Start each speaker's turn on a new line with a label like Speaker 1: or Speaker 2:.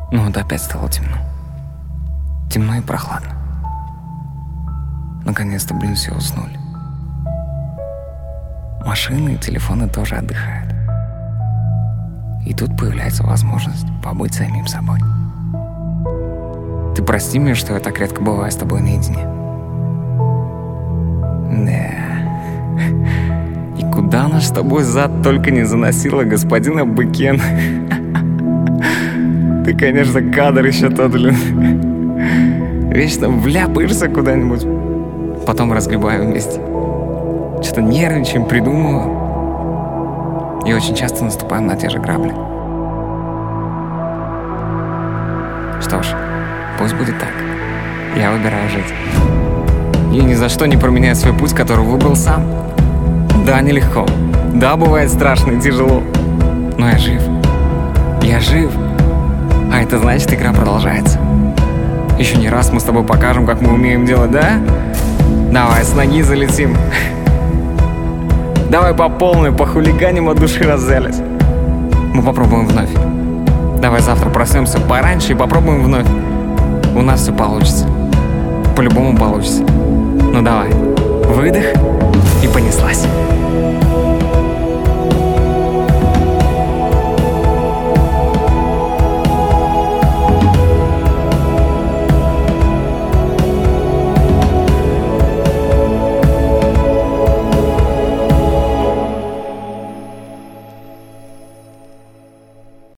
Speaker 1: Ну вот опять стало темно. Темно и прохладно. Наконец-то, все уснули. Машины и телефоны тоже отдыхают. И тут появляется возможность побыть самим собой. Ты прости меня, что я так редко бываю с тобой наедине. Да. И куда наш с тобой зад только не заносила господина Быкен. Ты, конечно, кадр еще тот, блин. Вечно вляпаешься куда-нибудь. Потом разгребаю вместе. Что-то нервничаем, придумываю. И очень часто наступаем на те же грабли. Что ж, пусть будет так. Я выбираю жить. И ни за что не променяю свой путь, который выбрал сам. Да, нелегко. Да, бывает страшно и тяжело. Но я жив. Я жив. А это значит, игра продолжается. Еще не раз мы с тобой покажем, как мы умеем делать, да? Давай с ноги залетим. Давай по полной, похулиганим от души раззялись. Мы попробуем вновь. Давай завтра проснемся пораньше и попробуем вновь. У нас все получится. По-любому получится. Ну давай. Выдох и понеслась.